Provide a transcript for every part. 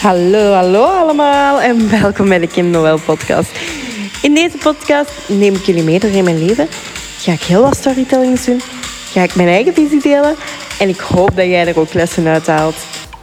Hallo allemaal en welkom bij de Kim Noël podcast. In deze podcast neem ik jullie mee door in mijn leven. Ga ik heel wat storytellings doen. Ga ik mijn eigen visie delen. En ik hoop dat jij er ook lessen uit haalt.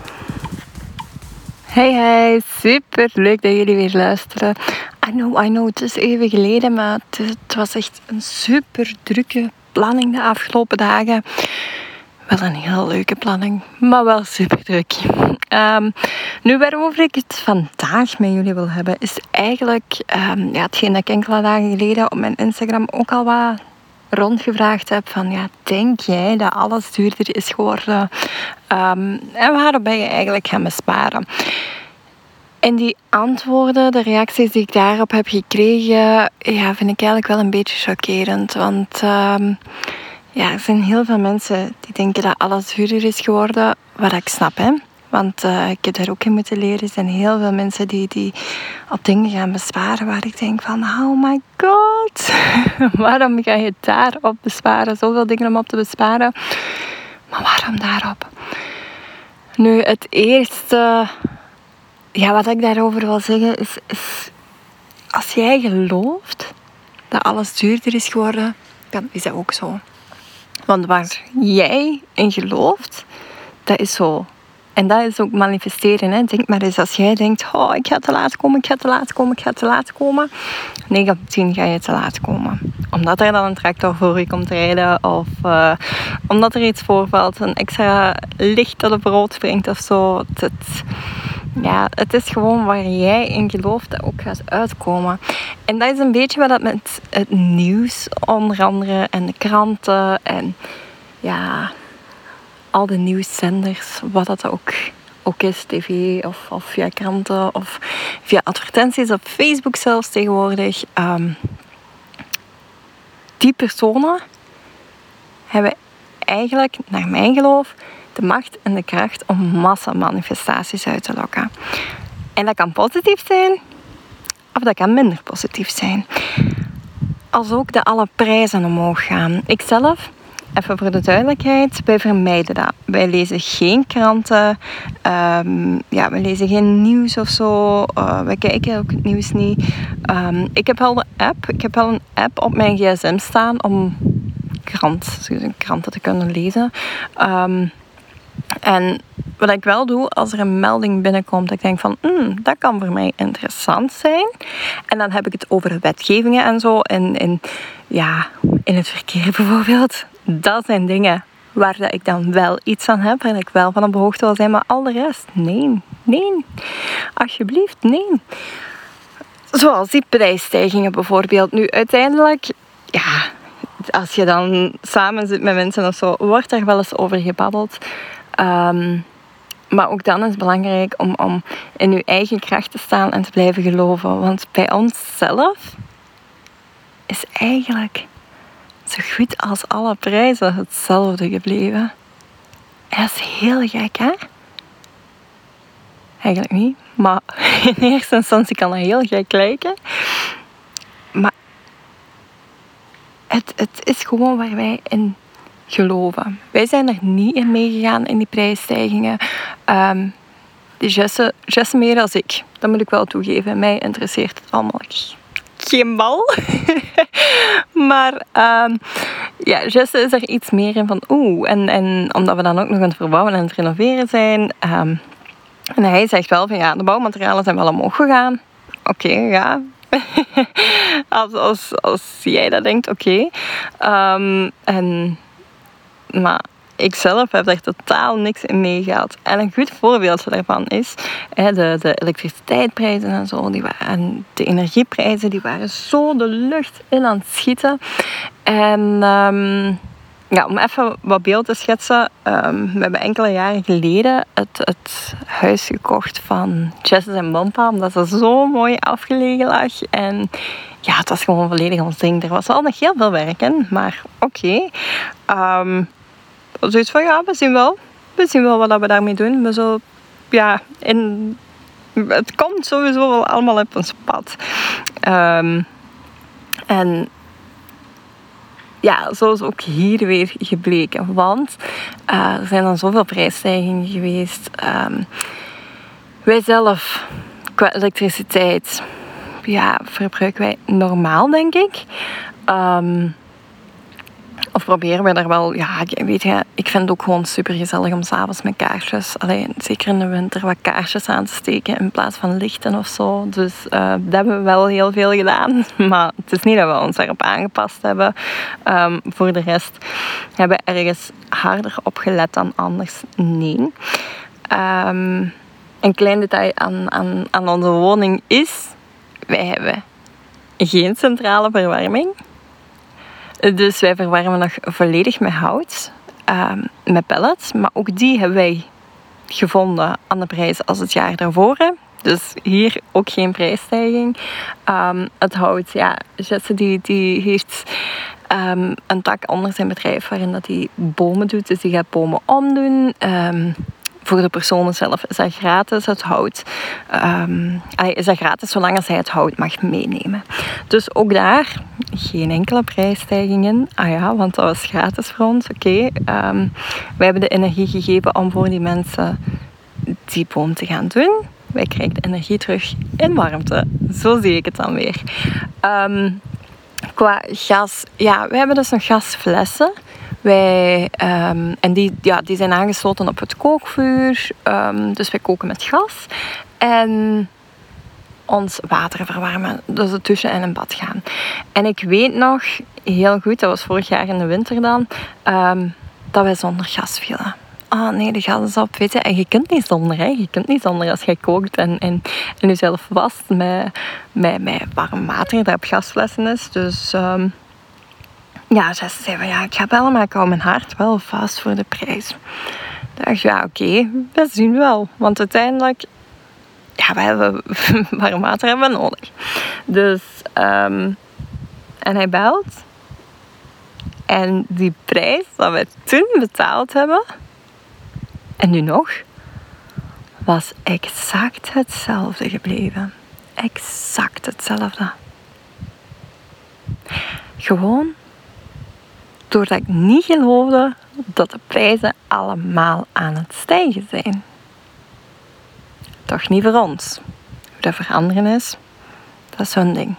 Hey, super leuk dat jullie weer luisteren. I know, het is even geleden, maar het was echt een super drukke planning de afgelopen dagen. Wel een heel leuke planning, maar wel super druk. Nu, waarover ik het vandaag met jullie wil hebben, is eigenlijk hetgeen dat ik enkele dagen geleden op mijn Instagram ook al wat rondgevraagd heb van, denk jij dat alles duurder is geworden? En waarom ben je eigenlijk gaan besparen? En die antwoorden, de reacties die ik daarop heb gekregen, vind ik eigenlijk wel een beetje chockerend. Want er zijn heel veel mensen die denken dat alles duurder is geworden, wat ik snap, hè. Want ik heb daar ook in moeten leren. Er zijn heel veel mensen die op dingen gaan besparen waar ik denk van, oh my god, waarom ga je daarop besparen? Zoveel dingen om op te besparen. Maar waarom daarop? Nu, het eerste, wat ik daarover wil zeggen is als jij gelooft dat alles duurder is geworden, dan is dat ook zo. Want waar jij in gelooft, dat is zo. En dat is ook manifesteren. Hè. Denk maar eens, als jij denkt, ik ga te laat komen. 9 op 10 ga je te laat komen. Omdat er dan een tractor voor je komt rijden. Of omdat er iets voorvalt. Een extra licht dat op rood springt of zo. Het is gewoon waar jij in gelooft dat ook gaat uitkomen. En dat is een beetje wat dat met het nieuws onder andere. En de kranten. En al de nieuwszenders, wat dat ook is, tv of via kranten of via advertenties op Facebook zelfs tegenwoordig. Die personen hebben eigenlijk, naar mijn geloof, de macht en de kracht om massamanifestaties uit te lokken. En dat kan positief zijn, of dat kan minder positief zijn. Als ook dat alle prijzen omhoog gaan. Ikzelf, even voor de duidelijkheid, wij vermijden dat. Wij lezen geen kranten, we lezen geen nieuws of zo, wij kijken ook het nieuws niet. Ik heb wel een app op mijn gsm staan om kranten te kunnen lezen. En wat ik wel doe, als er een melding binnenkomt, dat ik denk van, dat kan voor mij interessant zijn. En dan heb ik het over wetgevingen en zo. In het verkeer bijvoorbeeld. Dat zijn dingen waar dat ik dan wel iets aan heb. En ik wel van op de hoogte wil zijn. Maar al de rest, nee. Alsjeblieft, nee. Zoals die prijsstijgingen bijvoorbeeld. Nu, uiteindelijk, als je dan samen zit met mensen of zo, wordt er wel eens over gebabbeld. Maar ook dan is het belangrijk om in je eigen kracht te staan en te blijven geloven. Want bij onszelf is eigenlijk zo goed als alle prijzen hetzelfde gebleven. En dat is heel gek, hè? Eigenlijk niet. Maar in eerste instantie kan dat heel gek lijken. Maar het is gewoon waar wij in geloven. Wij zijn er niet in meegegaan in die prijsstijgingen. Die Jesse meer dan ik. Dat moet ik wel toegeven. Mij interesseert het allemaal geen bal. Maar Jesse is er iets meer in van en omdat we dan ook nog aan het verbouwen en het renoveren zijn. En hij zegt wel van de bouwmaterialen zijn wel omhoog gegaan. Oké. Als jij dat denkt, oké. Maar ik zelf heb er totaal niks in meegehaald. En een goed voorbeeld daarvan is de elektriciteitsprijzen en zo. En de energieprijzen, die waren zo de lucht in aan het schieten. En om even wat beeld te schetsen. We hebben enkele jaren geleden het huis gekocht van Jesse en Bampa. Omdat ze zo mooi afgelegen lag. En het was gewoon volledig ons ding. Er was wel nog heel veel werk in, maar oké. Zoiets van, we zien wel wat we daarmee doen. We zullen, het komt sowieso wel allemaal op ons pad. Zo is ook hier weer gebleken. Want er zijn dan zoveel prijsstijgingen geweest. Wij zelf, qua elektriciteit, verbruiken wij normaal, denk ik. Of proberen we daar wel... weet je, ik vind het ook gewoon super gezellig om 's avonds met kaarsjes... zeker in de winter, wat kaarsjes aan te steken in plaats van lichten of zo. Dus dat hebben we wel heel veel gedaan. Maar het is niet dat we ons daarop aangepast hebben. Voor de rest hebben we ergens harder op gelet dan anders. Nee. Een klein detail aan onze woning is... Wij hebben geen centrale verwarming. Dus wij verwarmen nog volledig met hout, met pellets. Maar ook die hebben wij gevonden aan de prijs als het jaar daarvoor. Dus hier ook geen prijsstijging. Het hout, Jesse die heeft een tak onder zijn bedrijf waarin dat hij bomen doet. Dus die gaat bomen omdoen. Voor de personen zelf is dat gratis, het hout. Is dat gratis zolang als hij het hout mag meenemen. Dus ook daar geen enkele prijsstijging in. Want dat was gratis voor ons. Oké. Wij hebben de energie gegeven om voor die mensen die boom te gaan doen. Wij krijgen de energie terug in warmte. Zo zie ik het dan weer. Qua gas, wij hebben dus nog gasflessen. En die zijn aangesloten op het kookvuur. Dus wij koken met gas. En ons water verwarmen. Dus het douchen en in bad gaan. En ik weet nog heel goed, dat was vorig jaar in de winter dan, dat wij zonder gas vielen. Nee, de gas is op, weet je. En je kunt niet zonder, hè. Je kunt niet zonder als jij kookt en jezelf wast met warm water dat op gasflessen is. Dus... ze zei van ik ga bellen, maar ik hou mijn hart wel vast voor de prijs. Ik dacht, oké, dat zien we wel. Want uiteindelijk, warm water hebben we nodig. Dus, en hij belt. En die prijs dat we toen betaald hebben, en nu nog, was exact hetzelfde gebleven. Exact hetzelfde. Gewoon doordat ik niet geloofde dat de prijzen allemaal aan het stijgen zijn. Toch niet voor ons. Hoe dat voor anderen is, dat is hun ding.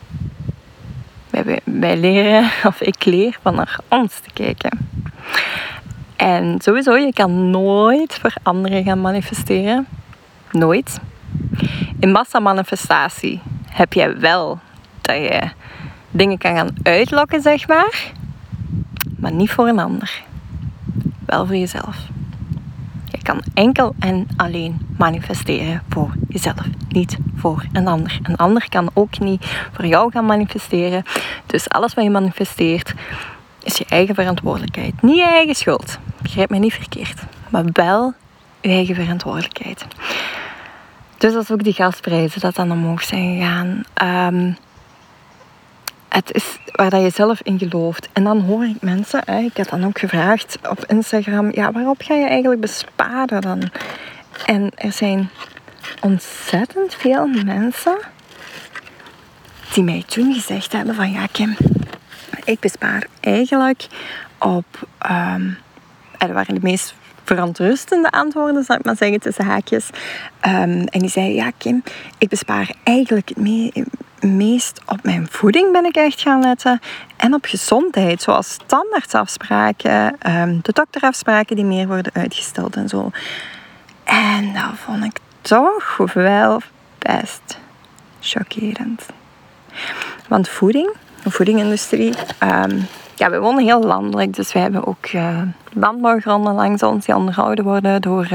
Wij leren, of ik leer, van naar ons te kijken. En sowieso, je kan nooit voor anderen gaan manifesteren. Nooit. In massamanifestatie heb je wel dat je dingen kan gaan uitlokken, zeg maar niet voor een ander. Wel voor jezelf. Je kan enkel en alleen manifesteren voor jezelf. Niet voor een ander. Een ander kan ook niet voor jou gaan manifesteren. Dus alles wat je manifesteert is je eigen verantwoordelijkheid. Niet je eigen schuld. Begrijp me niet verkeerd. Maar wel je eigen verantwoordelijkheid. Dus dat is ook die gasprijzen dat dan omhoog zijn gegaan. Het is waar dat je zelf in gelooft. En dan hoor ik mensen, ik had dan ook gevraagd op Instagram, waarop ga je eigenlijk besparen dan? En er zijn ontzettend veel mensen die mij toen gezegd hebben van, Kim, ik bespaar eigenlijk op... dat waren de meest verontrustende antwoorden, zal ik maar zeggen, tussen haakjes. En die zei, Kim, ik bespaar eigenlijk het meest op mijn voeding ben ik echt gaan letten. En op gezondheid, zoals standaardafspraken, de dokterafspraken die meer worden uitgesteld en zo. En dat vond ik toch wel best chockerend. Want de voedingindustrie... we wonen heel landelijk, dus wij hebben ook landbouwgronden langs ons die onderhouden worden door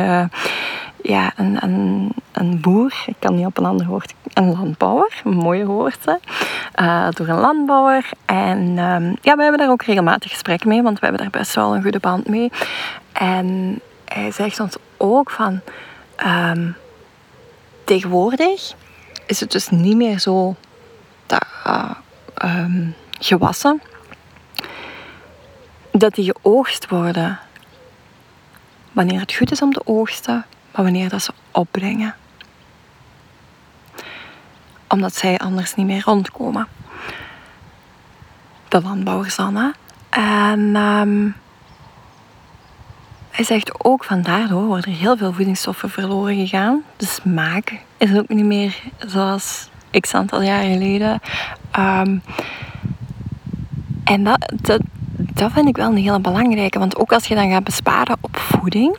een boer. Ik kan niet op een ander woord. Een landbouwer, een mooie woord. Door een landbouwer. En we hebben daar ook regelmatig gesprekken mee, want we hebben daar best wel een goede band mee. En hij zegt ons ook van... tegenwoordig is het dus niet meer zo dat gewassen... dat die geoogst worden wanneer het goed is om te oogsten, maar wanneer dat ze opbrengen. Omdat zij anders niet meer rondkomen. De landbouwers dan, hè. En hij zegt ook van daardoor worden er heel veel voedingsstoffen verloren gegaan. De smaak is ook niet meer zoals x aantal jaar geleden. En dat vind ik wel een hele belangrijke. Want ook als je dan gaat besparen op voeding,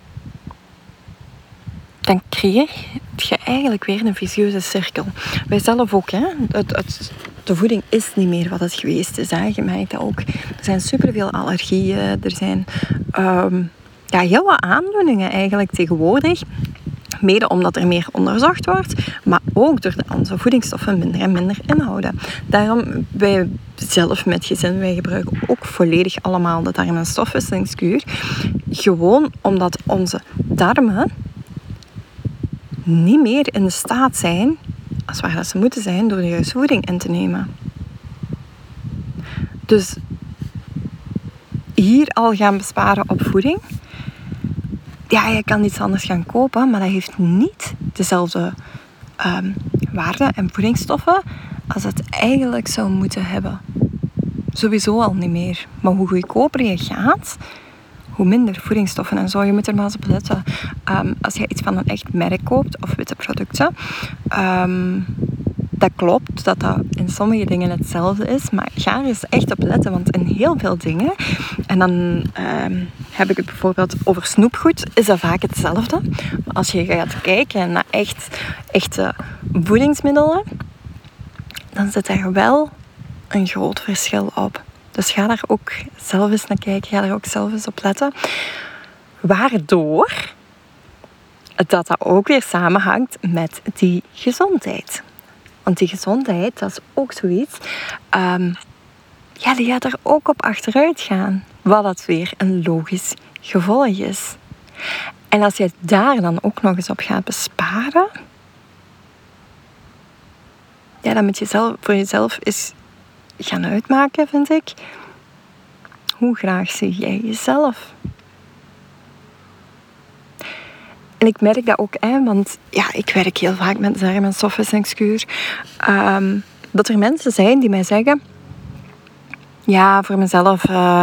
dan creëer je eigenlijk weer een vicieuze cirkel. Wij zelf ook, hè. De voeding is niet meer wat het geweest is. Hè. Je merkt dat ook. Er zijn superveel allergieën. Er zijn heel wat aandoeningen eigenlijk tegenwoordig. Mede omdat er meer onderzocht wordt, maar ook doordat onze voedingsstoffen minder en minder inhouden. Daarom, wij zelf met gezin, wij gebruiken ook volledig allemaal de darm- en stofwisselingskuur. Gewoon omdat onze darmen niet meer in de staat zijn, als waar dat ze moeten zijn, door de juiste voeding in te nemen. Dus hier al gaan besparen op voeding. Ja, je kan iets anders gaan kopen, maar dat heeft niet dezelfde waarden en voedingsstoffen als het eigenlijk zou moeten hebben. Sowieso al niet meer. Maar hoe goedkoper je gaat, hoe minder voedingsstoffen en zo. Je moet er maar eens op letten. Als je iets van een echt merk koopt, of witte producten, dat klopt dat dat in sommige dingen hetzelfde is, maar ga er eens echt op letten, want in heel veel dingen, en dan heb ik het bijvoorbeeld over snoepgoed, is dat vaak hetzelfde. Maar als je gaat kijken naar echte voedingsmiddelen, dan zit er wel een groot verschil op. Dus ga daar ook zelf eens naar kijken, ga daar ook zelf eens op letten. Waardoor dat ook weer samenhangt met die gezondheid. Want die gezondheid, dat is ook zoiets. Die gaat er ook op achteruit gaan. Wat dat weer een logisch gevolg is. En als je daar dan ook nog eens op gaat besparen, ja, dan moet je voor jezelf eens gaan uitmaken, vind ik. Hoe graag zie jij jezelf? En ik merk dat ook, want ja, ik werk heel vaak met darm- en stofwisselingskuur. Dat er mensen zijn die mij zeggen, ja, voor mezelf,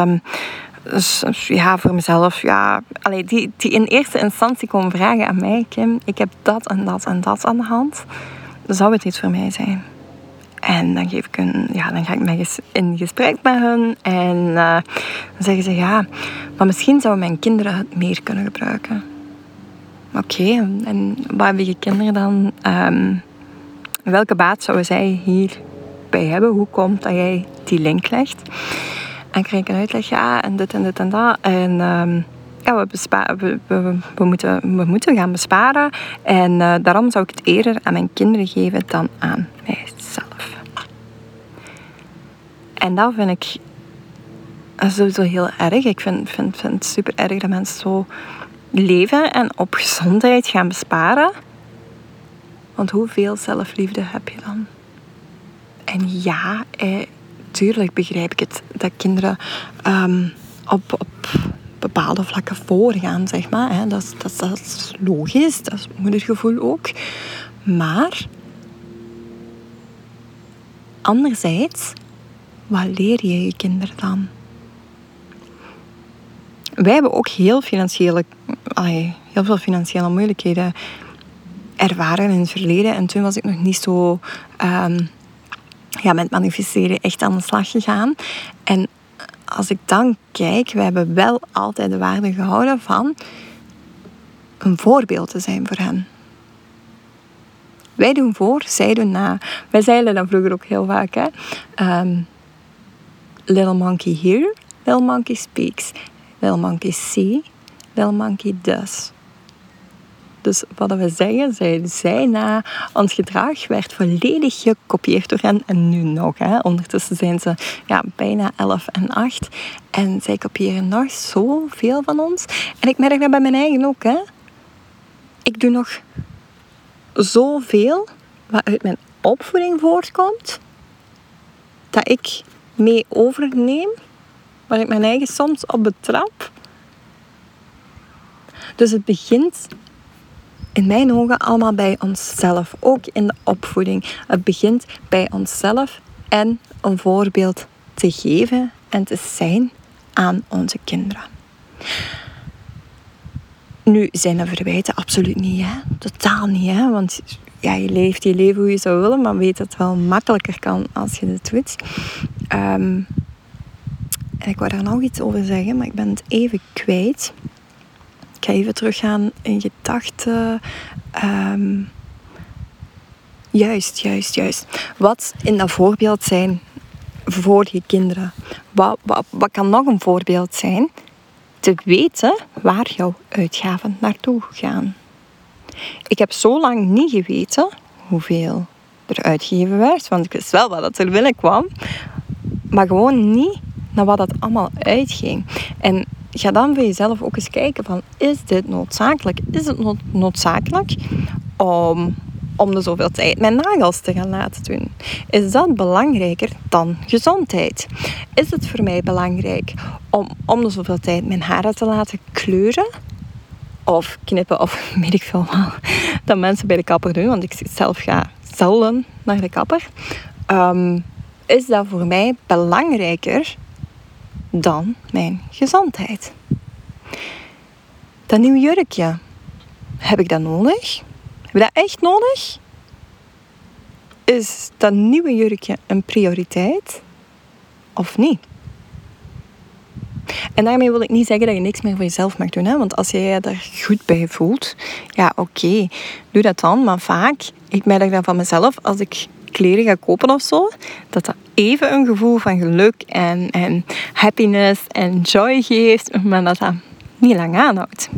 die in eerste instantie komen vragen aan mij, Kim, ik heb dat en dat en dat aan de hand. Zou het iets voor mij zijn? En dan ga ik in gesprek met hun en dan zeggen ze, ja, maar misschien zouden mijn kinderen het meer kunnen gebruiken. Oké, en wat hebben je kinderen dan? Welke baat zouden zij hierbij hebben? Hoe komt dat jij die link legt? En krijg ik een uitleg, ja, en dit en dit en dat. En we moeten gaan besparen. En daarom zou ik het eerder aan mijn kinderen geven dan aan mijzelf. En dat vind ik sowieso heel erg. Ik vind het super erg dat mensen zo leven en op gezondheid gaan besparen. Want hoeveel zelfliefde heb je dan? En ja, tuurlijk begrijp ik het dat kinderen op bepaalde vlakken voorgaan, zeg maar. Hè. Dat is logisch, dat is moedergevoel ook. Maar anderzijds, wat leer je je kinderen dan? Wij hebben ook heel veel financiële moeilijkheden ervaren in het verleden. En toen was ik nog niet zo met manifesteren echt aan de slag gegaan. En als ik dan kijk, we hebben wel altijd de waarde gehouden van een voorbeeld te zijn voor hen. Wij doen voor, zij doen na. Wij zeiden dat vroeger ook heel vaak. Hè? Little monkey here, little monkey speaks. Little monkey see, little monkey does. Dus wat we zeggen, zeiden zij na. Ons gedrag werd volledig gekopieerd door hen. En nu nog. Hè. Ondertussen zijn ze bijna 11 en 8. En zij kopiëren nog zoveel van ons. En ik merk dat bij mijn eigen ook. Hè. Ik doe nog zoveel wat uit mijn opvoeding voortkomt. Dat ik mee overneem. Waar ik mijn eigen soms op betrap. Dus het begint in mijn ogen allemaal bij onszelf. Ook in de opvoeding. Het begint bij onszelf en een voorbeeld te geven en te zijn aan onze kinderen. Nu, zijn dat verwijten? Absoluut niet, hè? Totaal niet, hè? Want ja, je leeft je leven hoe je zou willen, maar weet dat het wel makkelijker kan als je dit doet. En ik wou daar nog iets over zeggen, maar ik ben het even kwijt. Ik ga even teruggaan in gedachten. Juist. Wat in dat voorbeeld zijn voor je kinderen? Wat kan nog een voorbeeld zijn? Te weten waar jouw uitgaven naartoe gaan. Ik heb zo lang niet geweten hoeveel er uitgegeven werd, want ik wist wel wat dat er binnenkwam, maar gewoon niet naar wat dat allemaal uitging. En ga dan voor jezelf ook eens kijken van, is dit noodzakelijk? Is het noodzakelijk om de zoveel tijd mijn nagels te gaan laten doen? Is dat belangrijker dan gezondheid? Is het voor mij belangrijk om de zoveel tijd mijn haren te laten kleuren? Of knippen, of weet ik veel wat dat mensen bij de kapper doen, want ik zelf ga zelden naar de kapper. Is dat voor mij belangrijker dan mijn gezondheid? Dat nieuwe jurkje, heb ik dat nodig? Heb ik dat echt nodig? Is dat nieuwe jurkje een prioriteit of niet? En daarmee wil ik niet zeggen dat je niks meer voor jezelf mag doen. Hè? Want als jij je daar goed bij voelt, ja oké, doe dat dan. Maar vaak, ik merk dat van mezelf, als ik kleren ga kopen of zo, dat even een gevoel van geluk en happiness en joy geeft, maar dat niet lang aanhoudt.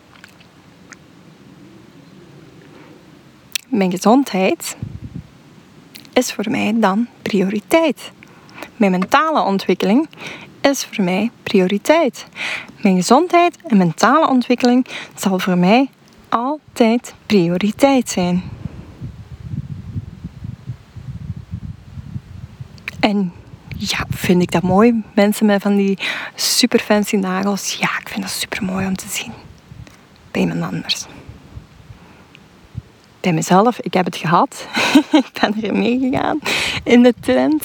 Mijn gezondheid is voor mij dan prioriteit. Mijn mentale ontwikkeling is voor mij prioriteit. Mijn gezondheid en mentale ontwikkeling zal voor mij altijd prioriteit zijn. En ja, vind ik dat mooi? Mensen met van die super fancy nagels. Ja, ik vind dat super mooi om te zien. Bij iemand anders. Bij mezelf, ik heb het gehad. Ik ben erin meegegaan in de trend.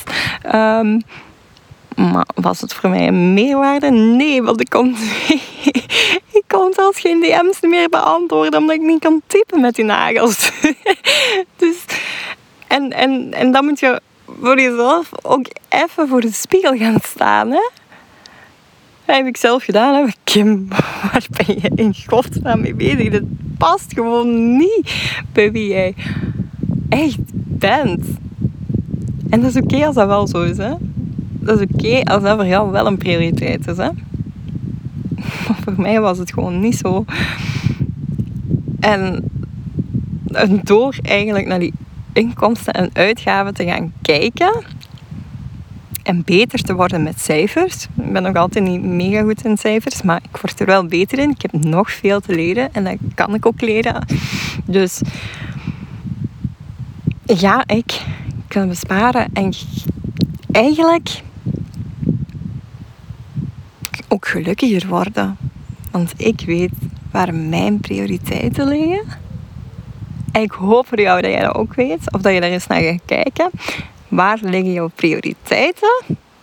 Maar was het voor mij een meerwaarde? Nee, want ik kon zelfs geen DM's meer beantwoorden omdat ik niet kan typen met die nagels. Dus, en dan moet je voor jezelf ook even voor de spiegel gaan staan. Hè? Dat heb ik zelf gedaan. Hè? Kim, waar ben je in godsnaam mee bezig? Dat past gewoon niet bij wie jij echt bent. En dat is oké als dat wel zo is. Hè? Dat is oké als dat voor jou wel een prioriteit is. Hè? Maar voor mij was het gewoon niet zo. En door eigenlijk naar die inkomsten en uitgaven te gaan kijken en beter te worden met cijfers. Ik ben nog altijd niet mega goed in cijfers, maar ik word er wel beter in. Ik heb nog veel te leren en dat kan ik ook leren. Dus ja, ik kan besparen en eigenlijk ook gelukkiger worden. Want ik weet waar mijn prioriteiten liggen. En ik hoop voor jou dat jij dat ook weet. Of dat je daar eens naar gaat kijken. Waar liggen jouw prioriteiten?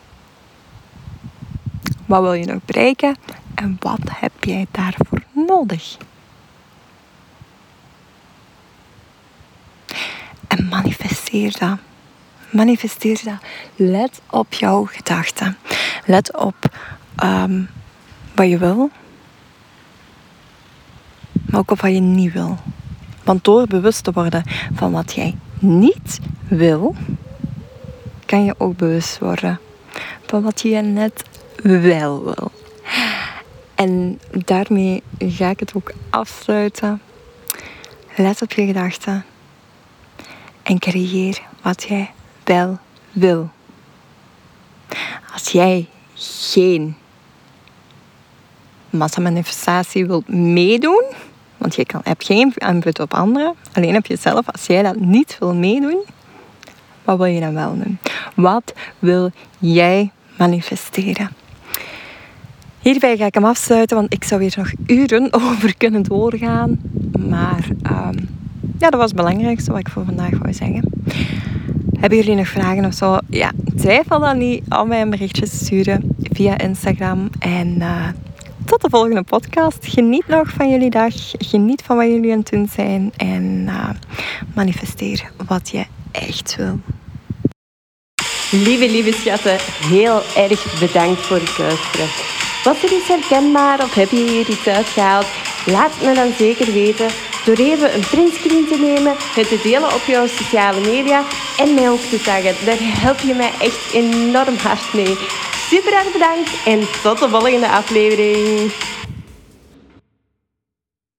Wat wil je nog bereiken? En wat heb jij daarvoor nodig? En manifesteer dat. Manifesteer dat. Let op jouw gedachten. Let op wat je wil. Maar ook op wat je niet wil. Want door bewust te worden van wat jij niet wil, kan je ook bewust worden van wat je net wel wil. En daarmee ga ik het ook afsluiten. Let op je gedachten. En creëer wat jij wel wil. Als jij geen massamanifestatie wilt meedoen, want je hebt geen invloed op anderen, alleen op jezelf. Als jij dat niet wil meedoen, wat wil je dan wel doen? Wat wil jij manifesteren? Hierbij ga ik hem afsluiten, want ik zou hier nog uren over kunnen doorgaan. Maar ja, dat was het belangrijkste wat ik voor vandaag wou zeggen. Hebben jullie nog vragen of zo? Ja, twijfel dan niet om mij een berichtje te sturen via Instagram. En tot de volgende podcast. Geniet nog van jullie dag. Geniet van wat jullie aan het doen zijn. En manifesteer wat je echt wil. Lieve schatten, heel erg bedankt voor het luisteren. Was er iets herkenbaar of heb je hier iets uitgehaald? Laat het me dan zeker weten door even een printscreen te nemen, het te delen op jouw sociale media en mij ook te taggen. Daar help je mij echt enorm hard mee. Super erg bedankt en tot de volgende aflevering.